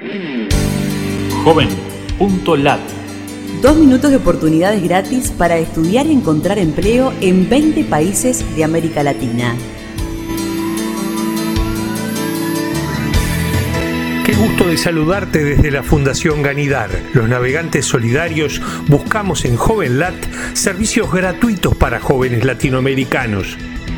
Joven.lat. 2 minutos de oportunidades gratis para estudiar y encontrar empleo en 20 países de América Latina. Qué gusto de saludarte desde la Fundación Ganidar. Los navegantes solidarios buscamos en JovenLat servicios gratuitos para jóvenes latinoamericanos.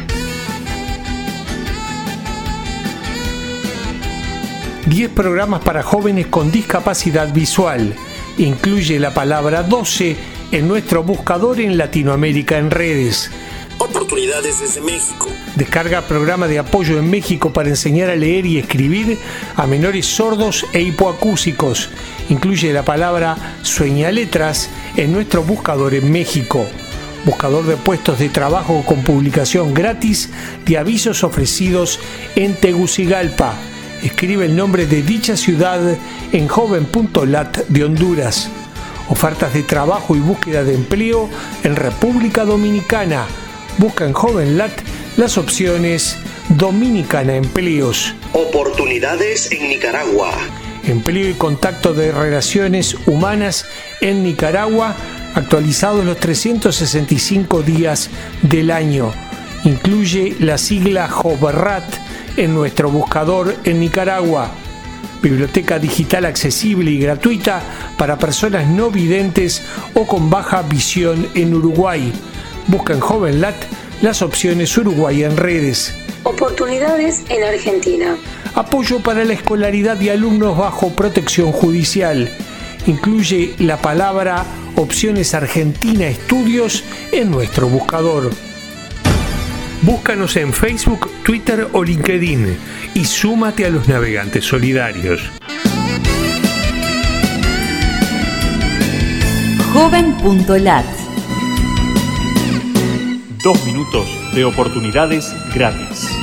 ...10 programas para jóvenes con discapacidad visual. Incluye la palabra 12 en nuestro buscador en Latinoamérica en redes. Oportunidades desde México. Descarga programa de apoyo en México para enseñar a leer y escribir a menores sordos e hipoacúsicos. Incluye la palabra sueñaletras en nuestro buscador en México. Buscador de puestos de trabajo con publicación gratis de avisos ofrecidos en Tegucigalpa. Escribe el nombre de dicha ciudad en joven.lat de Honduras. Ofertas de trabajo y búsqueda de empleo en República Dominicana. Busca en JovenLat las opciones Dominicana Empleos. Oportunidades en Nicaragua. Empleo y contacto de relaciones humanas en Nicaragua, actualizados los 365 días del año. Incluye la sigla JOVRAT en nuestro buscador en Nicaragua. Biblioteca digital accesible y gratuita para personas no videntes o con baja visión en Uruguay. Busca en JovenLat las opciones Uruguay en redes. Oportunidades en Argentina. Apoyo para la escolaridad de alumnos bajo protección judicial. Incluye la palabra Opciones Argentina Estudios en nuestro buscador. Búscanos en Facebook, Twitter o LinkedIn y súmate a los navegantes solidarios. Joven.lat. 2 minutos de oportunidades gratis.